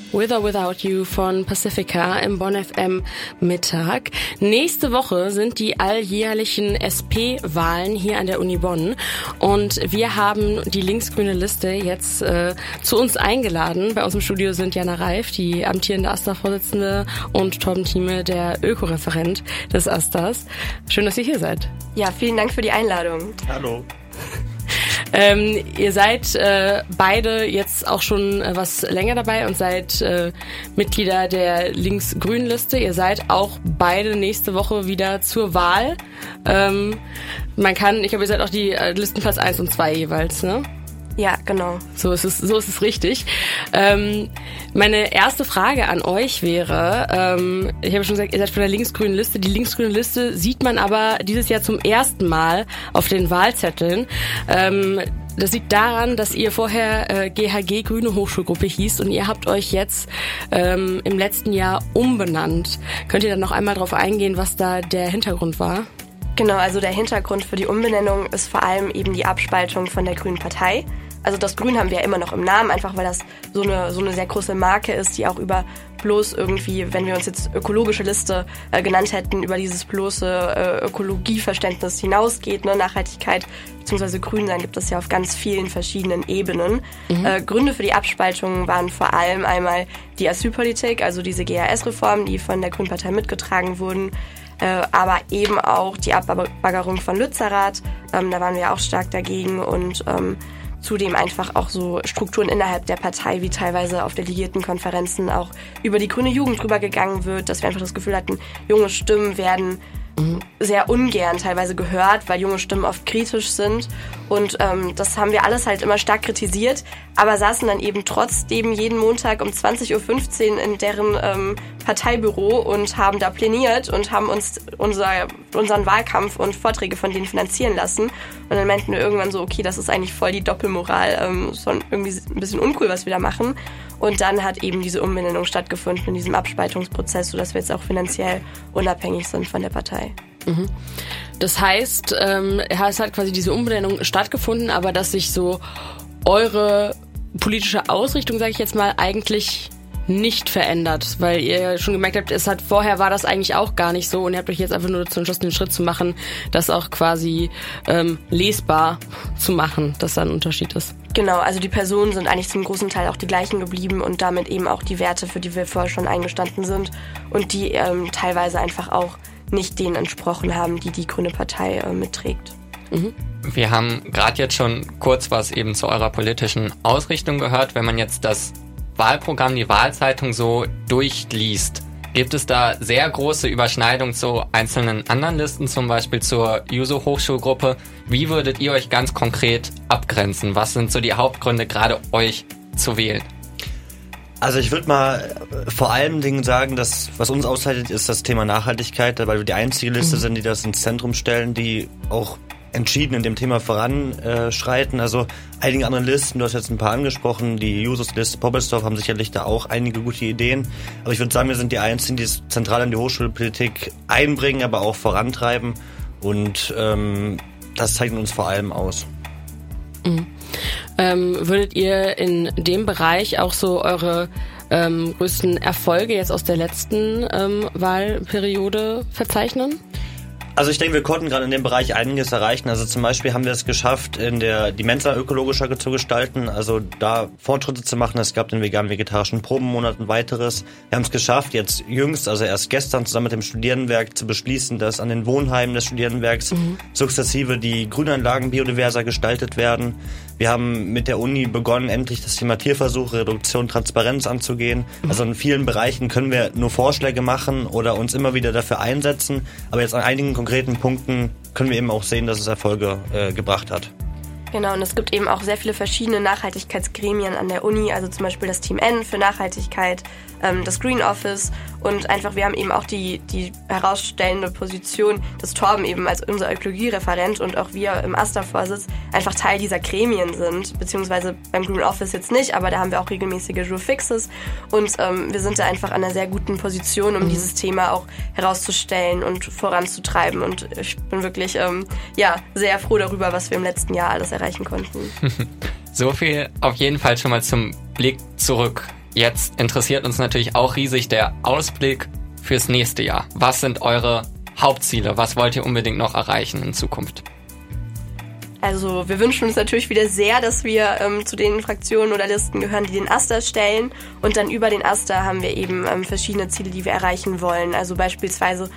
With or Without You von Pacifica im Bonn FM Mittag. Nächste Woche sind die alljährlichen SP-Wahlen hier an der Uni Bonn und wir haben die linksgrüne Liste jetzt zu uns eingeladen. Bei uns im Studio sind Jana Reif, die amtierende AStA-Vorsitzende, und Torben Thieme, der Öko-Referent des AStAs. Schön, dass ihr hier seid. Ja, vielen Dank für die Einladung. Hallo. Ihr seid beide jetzt auch schon was länger dabei und seid Mitglieder der links-grünen Liste. Ihr seid auch beide nächste Woche wieder zur Wahl. Ich glaube, ihr seid auch die Listenplatz 1 und 2 jeweils, ne? Ja, genau. So ist es richtig. Meine erste Frage an euch wäre, ich habe schon gesagt, ihr seid von der linksgrünen Liste. Die linksgrüne Liste sieht man aber dieses Jahr zum ersten Mal auf den Wahlzetteln. Das liegt daran, dass ihr vorher GHG Grüne Hochschulgruppe hieß und ihr habt euch jetzt im letzten Jahr umbenannt. Könnt ihr dann noch einmal darauf eingehen, was da der Hintergrund war? Genau, also der Hintergrund für die Umbenennung ist vor allem eben die Abspaltung von der Grünen Partei. Also das Grün haben wir ja immer noch im Namen, einfach weil das so eine sehr große Marke ist, die auch über bloß irgendwie, wenn wir uns jetzt ökologische Liste genannt hätten, über dieses bloße Ökologieverständnis hinausgeht. Ne? Nachhaltigkeit bzw. Grünsein gibt es ja auf ganz vielen verschiedenen Ebenen. Gründe für die Abspaltung waren vor allem einmal die Asylpolitik, also diese GAS-Reformen, die von der Grünen Partei mitgetragen wurden, aber eben auch die Abbaggerung von Lützerath. Da waren wir auch stark dagegen und zudem einfach auch so Strukturen innerhalb der Partei, wie teilweise auf Delegiertenkonferenzen auch über die grüne Jugend drüber gegangen wird, dass wir einfach das Gefühl hatten, junge Stimmen werden sehr ungern teilweise gehört, weil junge Stimmen oft kritisch sind. Und das haben wir alles halt immer stark kritisiert, aber saßen dann eben trotzdem jeden Montag um 20.15 Uhr in deren Parteibüro und haben da pläniert und haben uns unseren Wahlkampf und Vorträge von denen finanzieren lassen. Und dann meinten wir irgendwann so, okay, das ist eigentlich voll die Doppelmoral, schon irgendwie ein bisschen uncool, was wir da machen. Und dann hat eben diese Umbenennung stattgefunden in diesem Abspaltungsprozess, sodass wir jetzt auch finanziell unabhängig sind von der Partei. Das heißt, es hat quasi diese Umbenennung stattgefunden, aber dass sich so eure politische Ausrichtung, sage ich jetzt mal, eigentlich nicht verändert, weil ihr schon gemerkt habt, vorher war das eigentlich auch gar nicht so und ihr habt euch jetzt einfach nur dazu entschlossen, den Schritt zu machen, das auch quasi lesbar zu machen, dass da ein Unterschied ist. Genau, also die Personen sind eigentlich zum großen Teil auch die gleichen geblieben und damit eben auch die Werte, für die wir vorher schon eingestanden sind und die teilweise einfach auch nicht denen entsprochen haben, die Grüne Partei mitträgt. Wir haben gerade jetzt schon kurz was eben zu eurer politischen Ausrichtung gehört. Wenn man jetzt das Wahlprogramm, die Wahlzeitung so durchliest, gibt es da sehr große Überschneidungen zu einzelnen anderen Listen, zum Beispiel zur Juso-Hochschulgruppe. Wie würdet ihr euch ganz konkret abgrenzen? Was sind so die Hauptgründe, gerade euch zu wählen? Also ich würde mal vor allen Dingen sagen, dass was uns auszeichnet, ist das Thema Nachhaltigkeit, weil wir die einzige Liste sind, die das ins Zentrum stellen, die auch entschieden in dem Thema voranschreiten. Also einige andere Listen, du hast jetzt ein paar angesprochen, die Jusos-Liste Poppelsdorf haben sicherlich da auch einige gute Ideen. Aber ich würde sagen, wir sind die Einzigen, die es zentral in die Hochschulpolitik einbringen, aber auch vorantreiben. Und das zeichnet uns vor allem aus. Würdet ihr in dem Bereich auch so eure größten Erfolge jetzt aus der letzten Wahlperiode verzeichnen? Also ich denke, wir konnten gerade in dem Bereich einiges erreichen. Also zum Beispiel haben wir es geschafft, die Mensa ökologischer zu gestalten, also da Fortschritte zu machen. Es gab den vegan-vegetarischen Probenmonat und weiteres. Wir haben es geschafft, jetzt jüngst, also erst gestern zusammen mit dem Studierendenwerk zu beschließen, dass an den Wohnheimen des Studierendenwerks sukzessive die Grünanlagen biodiverser gestaltet werden. Wir haben mit der Uni begonnen, endlich das Thema Tierversuche, Reduktion, Transparenz anzugehen. Also in vielen Bereichen können wir nur Vorschläge machen oder uns immer wieder dafür einsetzen. Aber jetzt an einigen konkreten Punkten können wir eben auch sehen, dass es Erfolge gebracht hat. Genau, und es gibt eben auch sehr viele verschiedene Nachhaltigkeitsgremien an der Uni, also zum Beispiel das Team N für Nachhaltigkeit, das Green Office und einfach, wir haben eben auch die herausstellende Position, dass Torben eben als unser Ökologiereferent und auch wir im AStA-Vorsitz einfach Teil dieser Gremien sind, beziehungsweise beim Green Office jetzt nicht, aber da haben wir auch regelmäßige Jurfixes und wir sind da einfach an einer sehr guten Position, um dieses Thema auch herauszustellen und voranzutreiben und ich bin wirklich sehr froh darüber, was wir im letzten Jahr alles erreichen konnten. So viel auf jeden Fall schon mal zum Blick zurück. Jetzt interessiert uns natürlich auch riesig der Ausblick fürs nächste Jahr. Was sind eure Hauptziele? Was wollt ihr unbedingt noch erreichen in Zukunft? Also wir wünschen uns natürlich wieder sehr, dass wir zu den Fraktionen oder Listen gehören, die den Aster stellen. Und dann über den Aster haben wir eben verschiedene Ziele, die wir erreichen wollen. Also beispielsweise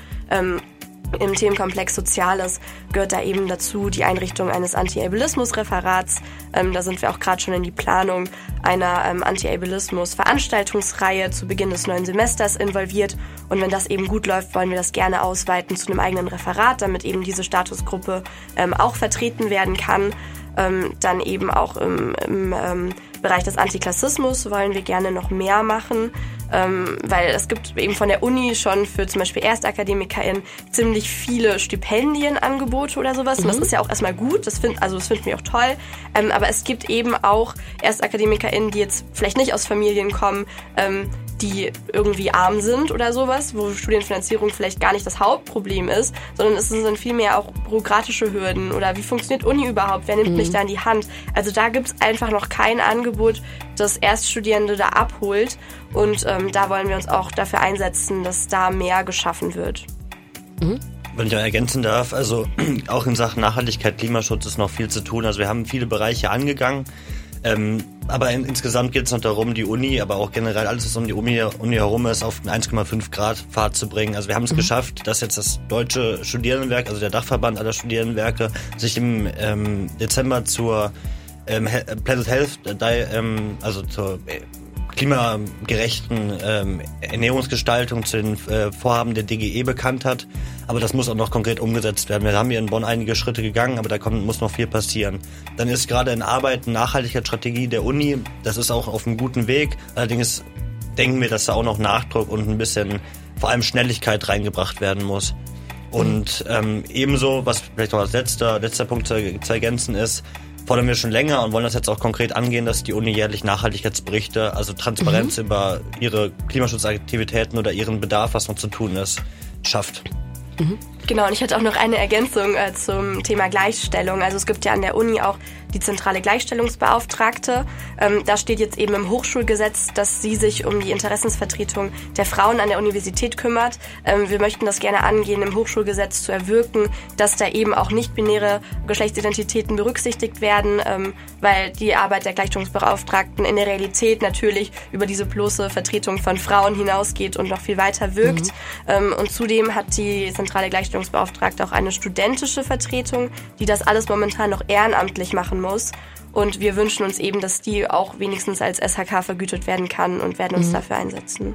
im Themenkomplex Soziales gehört da eben dazu die Einrichtung eines Anti-Ableismus-Referats. Da sind wir auch gerade schon in die Planung einer Anti-Ableismus-Veranstaltungsreihe zu Beginn des neuen Semesters involviert. Und wenn das eben gut läuft, wollen wir das gerne ausweiten zu einem eigenen Referat, damit eben diese Statusgruppe auch vertreten werden kann. Dann eben auch im Bereich des Antiklassismus wollen wir gerne noch mehr machen, weil es gibt eben von der Uni schon für zum Beispiel ErstakademikerInnen ziemlich viele Stipendienangebote oder sowas. Und das ist ja auch erstmal gut, das finden wir auch toll. Aber es gibt eben auch ErstakademikerInnen, die jetzt vielleicht nicht aus Familien kommen, die irgendwie arm sind oder sowas, wo Studienfinanzierung vielleicht gar nicht das Hauptproblem ist, sondern es sind vielmehr auch bürokratische Hürden oder wie funktioniert Uni überhaupt, wer nimmt mich da in die Hand. Also da gibt's einfach noch kein Angebot, das Erststudierende da abholt und da wollen wir uns auch dafür einsetzen, dass da mehr geschaffen wird. Wenn ich auch ergänzen darf, also auch in Sachen Nachhaltigkeit, Klimaschutz ist noch viel zu tun. Also wir haben viele Bereiche angegangen. Aber insgesamt geht es noch darum, die Uni, aber auch generell alles, was um die Uni herum ist, auf den 1,5 Grad Pfad zu bringen. Also wir haben es geschafft, dass jetzt das Deutsche Studierendenwerk, also der Dachverband aller Studierendenwerke, sich im Dezember zur Planet Health, also zur klimagerechten Ernährungsgestaltung, zu den Vorhaben der DGE bekannt hat. Aber das muss auch noch konkret umgesetzt werden. Wir haben hier in Bonn einige Schritte gegangen, aber muss noch viel passieren. Dann ist gerade in Arbeit eine Nachhaltigkeitsstrategie der Uni. Das ist auch auf einem guten Weg. Allerdings denken wir, dass da auch noch Nachdruck und ein bisschen vor allem Schnelligkeit reingebracht werden muss. Und ebenso, was vielleicht noch als letzter Punkt zu ergänzen ist, fordern wir schon länger und wollen das jetzt auch konkret angehen, dass die Uni jährlich Nachhaltigkeitsberichte, also Transparenz über ihre Klimaschutzaktivitäten oder ihren Bedarf, was noch zu tun ist, schafft. Genau, und ich hatte auch noch eine Ergänzung zum Thema Gleichstellung. Also es gibt ja an der Uni auch die zentrale Gleichstellungsbeauftragte. Da steht jetzt eben im Hochschulgesetz, dass sie sich um die Interessensvertretung der Frauen an der Universität kümmert. Wir möchten das gerne angehen, im Hochschulgesetz zu erwirken, dass da eben auch nicht-binäre Geschlechtsidentitäten berücksichtigt werden, weil die Arbeit der Gleichstellungsbeauftragten in der Realität natürlich über diese bloße Vertretung von Frauen hinausgeht und noch viel weiter wirkt. Und zudem hat die zentrale Gleichstellungsbeauftragte auch eine studentische Vertretung, die das alles momentan noch ehrenamtlich machen muss. Und wir wünschen uns eben, dass die auch wenigstens als SHK vergütet werden kann und werden uns dafür einsetzen.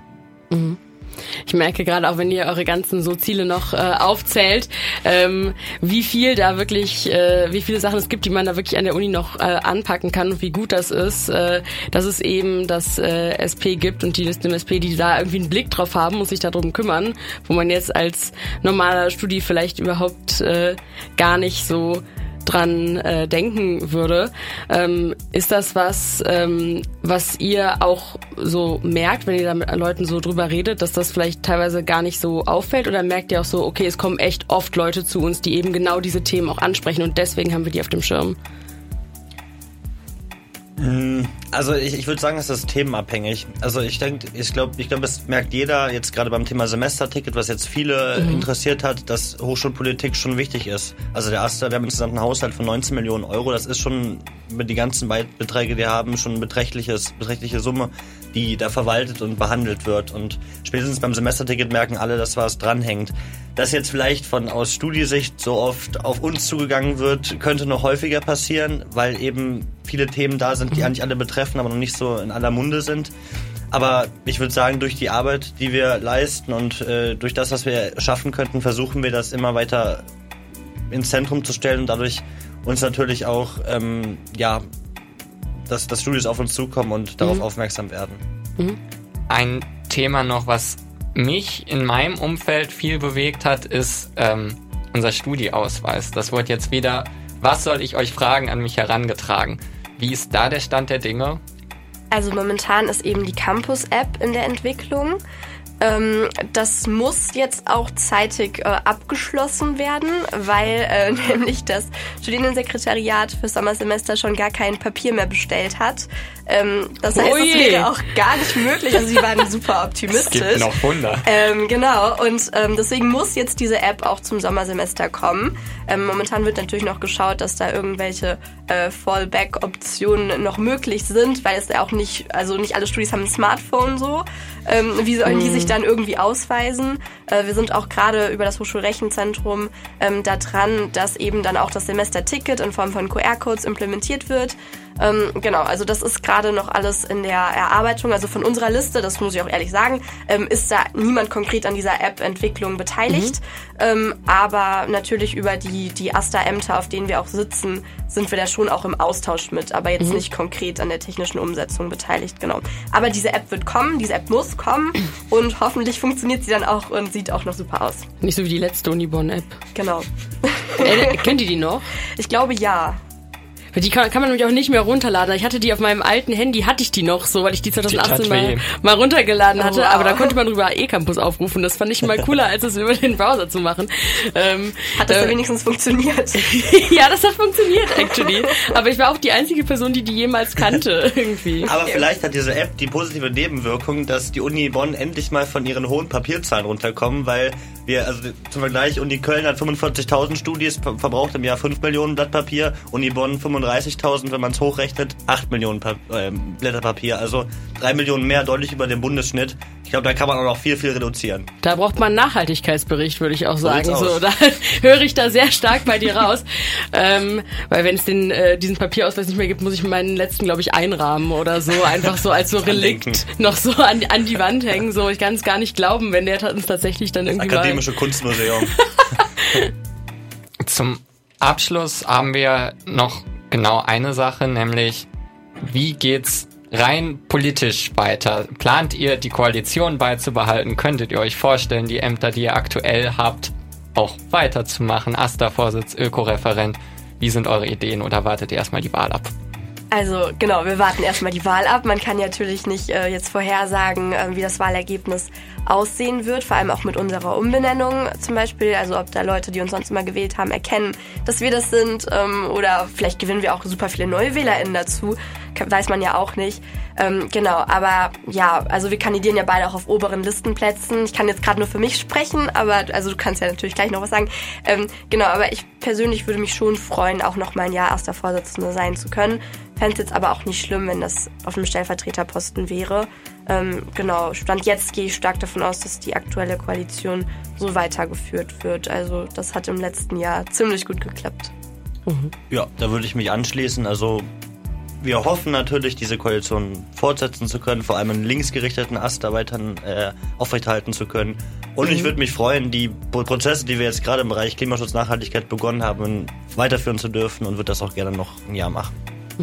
Ich merke gerade, auch wenn ihr eure ganzen so Ziele noch aufzählt, wie viel da wirklich, wie viele Sachen es gibt, die man da wirklich an der Uni noch anpacken kann und wie gut das ist, dass es eben das SP gibt und die Listen im SP, die da irgendwie einen Blick drauf haben und sich darum kümmern, wo man jetzt als normaler Studi vielleicht überhaupt gar nicht so dran denken würde. Ist das was ihr auch so merkt, wenn ihr da mit Leuten so drüber redet, dass das vielleicht teilweise gar nicht so auffällt? Oder merkt ihr auch so, okay, es kommen echt oft Leute zu uns, die eben genau diese Themen auch ansprechen und deswegen haben wir die auf dem Schirm? Also ich würde sagen, es ist themenabhängig. Also ich glaube, es merkt jeder jetzt gerade beim Thema Semesterticket, was jetzt viele interessiert hat, dass Hochschulpolitik schon wichtig ist. Also der Aster, wir haben insgesamt einen Haushalt von 19 Millionen Euro. Das ist schon mit die ganzen Beträge, die wir haben, schon eine beträchtliche Summe, die da verwaltet und behandelt wird. Und spätestens beim Semesterticket merken alle, dass was dranhängt. Dass jetzt vielleicht aus Studiesicht so oft auf uns zugegangen wird, könnte noch häufiger passieren, weil eben viele Themen da sind, die eigentlich alle betreffen, aber noch nicht so in aller Munde sind. Aber ich würde sagen, durch die Arbeit, die wir leisten und durch das, was wir schaffen könnten, versuchen wir das immer weiter ins Zentrum zu stellen und dadurch uns natürlich auch, dass Studios auf uns zukommen und darauf aufmerksam werden. Ein Thema noch, was mich in meinem Umfeld viel bewegt hat, ist unser Studieausweis. Das wird jetzt wieder, was soll ich euch fragen, an mich herangetragen. Wie ist da der Stand der Dinge? Also momentan ist eben die Campus-App in der Entwicklung. Das muss jetzt auch zeitig abgeschlossen werden, weil nämlich das Studierendensekretariat fürs Sommersemester schon gar kein Papier mehr bestellt hat. Das heißt, es wäre auch gar nicht möglich. Also sie waren super optimistisch. Es gibt noch Wunder. Genau, und deswegen muss jetzt diese App auch zum Sommersemester kommen. Momentan wird natürlich noch geschaut, dass da irgendwelche Fallback-Optionen noch möglich sind, weil es ja auch nicht alle Studis haben ein Smartphone so. Wie sollen die sich dann irgendwie ausweisen? Wir sind auch gerade über das Hochschulrechenzentrum da dran, dass eben dann auch das Semesterticket in Form von QR-Codes implementiert wird. Genau, also das ist gerade noch alles in der Erarbeitung. Also von unserer Liste, das muss ich auch ehrlich sagen, ist da niemand konkret an dieser App-Entwicklung beteiligt. Aber natürlich über die AStA-Ämter, auf denen wir auch sitzen, sind wir da schon auch im Austausch mit, aber jetzt nicht konkret an der technischen Umsetzung beteiligt, genau. Aber diese App wird kommen, diese App muss kommen und hoffentlich funktioniert sie dann auch und sieht auch noch super aus. Nicht so wie die letzte Unibon-App. Genau. Kennt ihr die noch? Ich glaube, ja. Die kann man nämlich auch nicht mehr runterladen. Ich hatte die auf meinem alten Handy, hatte ich die noch so, weil ich die 2018 mal runtergeladen hatte. Wow. Aber da konnte man über eCampus aufrufen. Das fand ich mal cooler, als es über den Browser zu machen. Hat das denn wenigstens funktioniert? Ja, das hat funktioniert, actually. Aber ich war auch die einzige Person, die jemals kannte, irgendwie. Aber vielleicht hat diese App die positive Nebenwirkung, dass die Uni Bonn endlich mal von ihren hohen Papierzahlen runterkommen, weil also zum Vergleich, Uni Köln hat 45.000 Studis, verbraucht im Jahr 5 Millionen Blatt Papier, Uni Bonn 35.000, wenn man es hochrechnet, 8 Millionen Blätter Papier, also 3 Millionen mehr, deutlich über dem Bundesschnitt. Ich glaube, da kann man auch noch viel, viel reduzieren. Da braucht man einen Nachhaltigkeitsbericht, würde ich auch sagen. So, da höre ich da sehr stark bei dir raus. Weil wenn es diesen Papierausweis nicht mehr gibt, muss ich meinen letzten, glaube ich, einrahmen oder so. Einfach so als so Relikt noch so an die Wand hängen. So, ich kann es gar nicht glauben, wenn der uns tatsächlich dann irgendwie Akademische Kunstmuseum. Zum Abschluss haben wir noch genau eine Sache, nämlich wie geht's rein politisch weiter? Plant ihr, die Koalition beizubehalten? Könntet ihr euch vorstellen, die Ämter, die ihr aktuell habt, auch weiterzumachen? AStA-Vorsitz, Öko-Referent. Wie sind eure Ideen oder wartet ihr erstmal die Wahl ab? Also genau, wir warten erstmal die Wahl ab. Man kann natürlich nicht jetzt vorhersagen, wie das Wahlergebnis aussehen wird, vor allem auch mit unserer Umbenennung zum Beispiel. Also ob da Leute, die uns sonst immer gewählt haben, erkennen, dass wir das sind, oder vielleicht gewinnen wir auch super viele neue WählerInnen dazu, weiß man ja auch nicht. Genau, aber ja, also wir kandidieren ja beide auch auf oberen Listenplätzen. Ich kann jetzt gerade nur für mich sprechen, aber also du kannst ja natürlich gleich noch was sagen. Genau, aber ich persönlich würde mich schon freuen, auch noch mal ein Jahr AStA-Vorsitzende sein zu können. Fände es jetzt aber auch nicht schlimm, wenn das auf einem Stellvertreterposten wäre. Genau, Stand jetzt gehe ich stark davon aus, dass die aktuelle Koalition so weitergeführt wird. Also das hat im letzten Jahr ziemlich gut geklappt. Ja, da würde ich mich anschließen. Also wir hoffen natürlich, diese Koalition fortsetzen zu können, vor allem einen linksgerichteten AStA weiterhin aufrechterhalten zu können. Und ich würde mich freuen, die Prozesse, die wir jetzt gerade im Bereich Klimaschutz, Nachhaltigkeit begonnen haben, weiterführen zu dürfen und würde das auch gerne noch ein Jahr machen.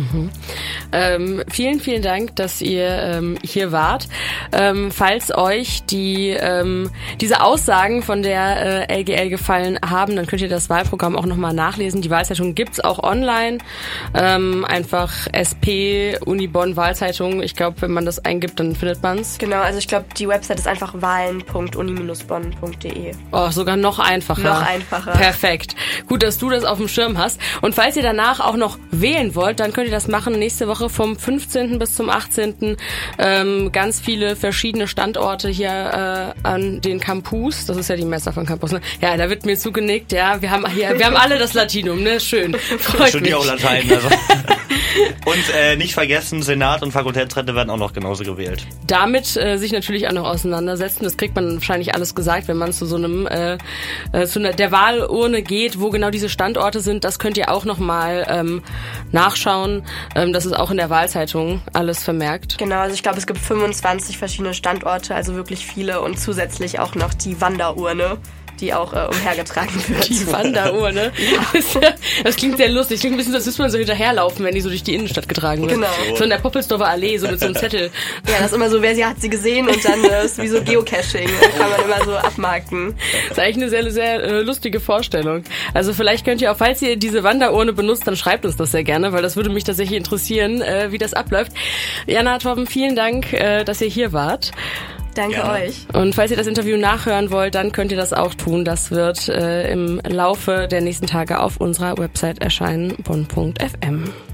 Vielen, vielen Dank, dass ihr hier wart. Falls euch diese Aussagen von der LGL gefallen haben, dann könnt ihr das Wahlprogramm auch nochmal nachlesen. Die Wahlzeitung gibt's auch online. Einfach SP Uni Bonn Wahlzeitung. Ich glaube, wenn man das eingibt, dann findet man's. Genau, also ich glaube, die Website ist einfach wahlen.uni-bonn.de. Oh, sogar noch einfacher. Noch einfacher. Perfekt. Gut, dass du das auf dem Schirm hast. Und falls ihr danach auch noch wählen wollt, dann könnt ihr das machen. Nächste Woche vom 15. bis zum 18. Ganz viele verschiedene Standorte hier an den Campus. Das ist ja die Messe von Campus, ne? Ja, da wird mir zugenickt. Ja, wir haben alle das Latinum, ne? Schön. Freut mich. Studiere auch Latein, also. Und nicht vergessen, Senat und Fakultätsräte werden auch noch genauso gewählt. Damit sich natürlich auch noch auseinandersetzen. Das kriegt man wahrscheinlich alles gesagt, wenn man zu so einem der Wahlurne geht, wo genau diese Standorte sind. Das könnt ihr auch noch mal nachschauen. Das ist auch in der Wahlzeitung alles vermerkt. Genau, also ich glaube, es gibt 25 verschiedene Standorte, also wirklich viele und zusätzlich auch noch die Wanderurne, die auch umhergetragen wird. Die Wanderurne? Ja. Das klingt sehr lustig. Klingt ein bisschen, als müsste man so hinterherlaufen, wenn die so durch die Innenstadt getragen wird. Genau. So in der Poppelsdorfer Allee, so mit so einem Zettel. Ja, das ist immer so, hat sie gesehen und dann ist wie so Geocaching. Da kann man immer so abmarken. Das ist eigentlich eine sehr, sehr lustige Vorstellung. Also vielleicht könnt ihr auch, falls ihr diese Wanderurne benutzt, dann schreibt uns das sehr gerne, weil das würde mich tatsächlich interessieren, wie das abläuft. Jana, Torben, vielen Dank, dass ihr hier wart. Danke euch. Und falls ihr das Interview nachhören wollt, dann könnt ihr das auch tun. Das wird im Laufe der nächsten Tage auf unserer Website erscheinen, bonn.fm.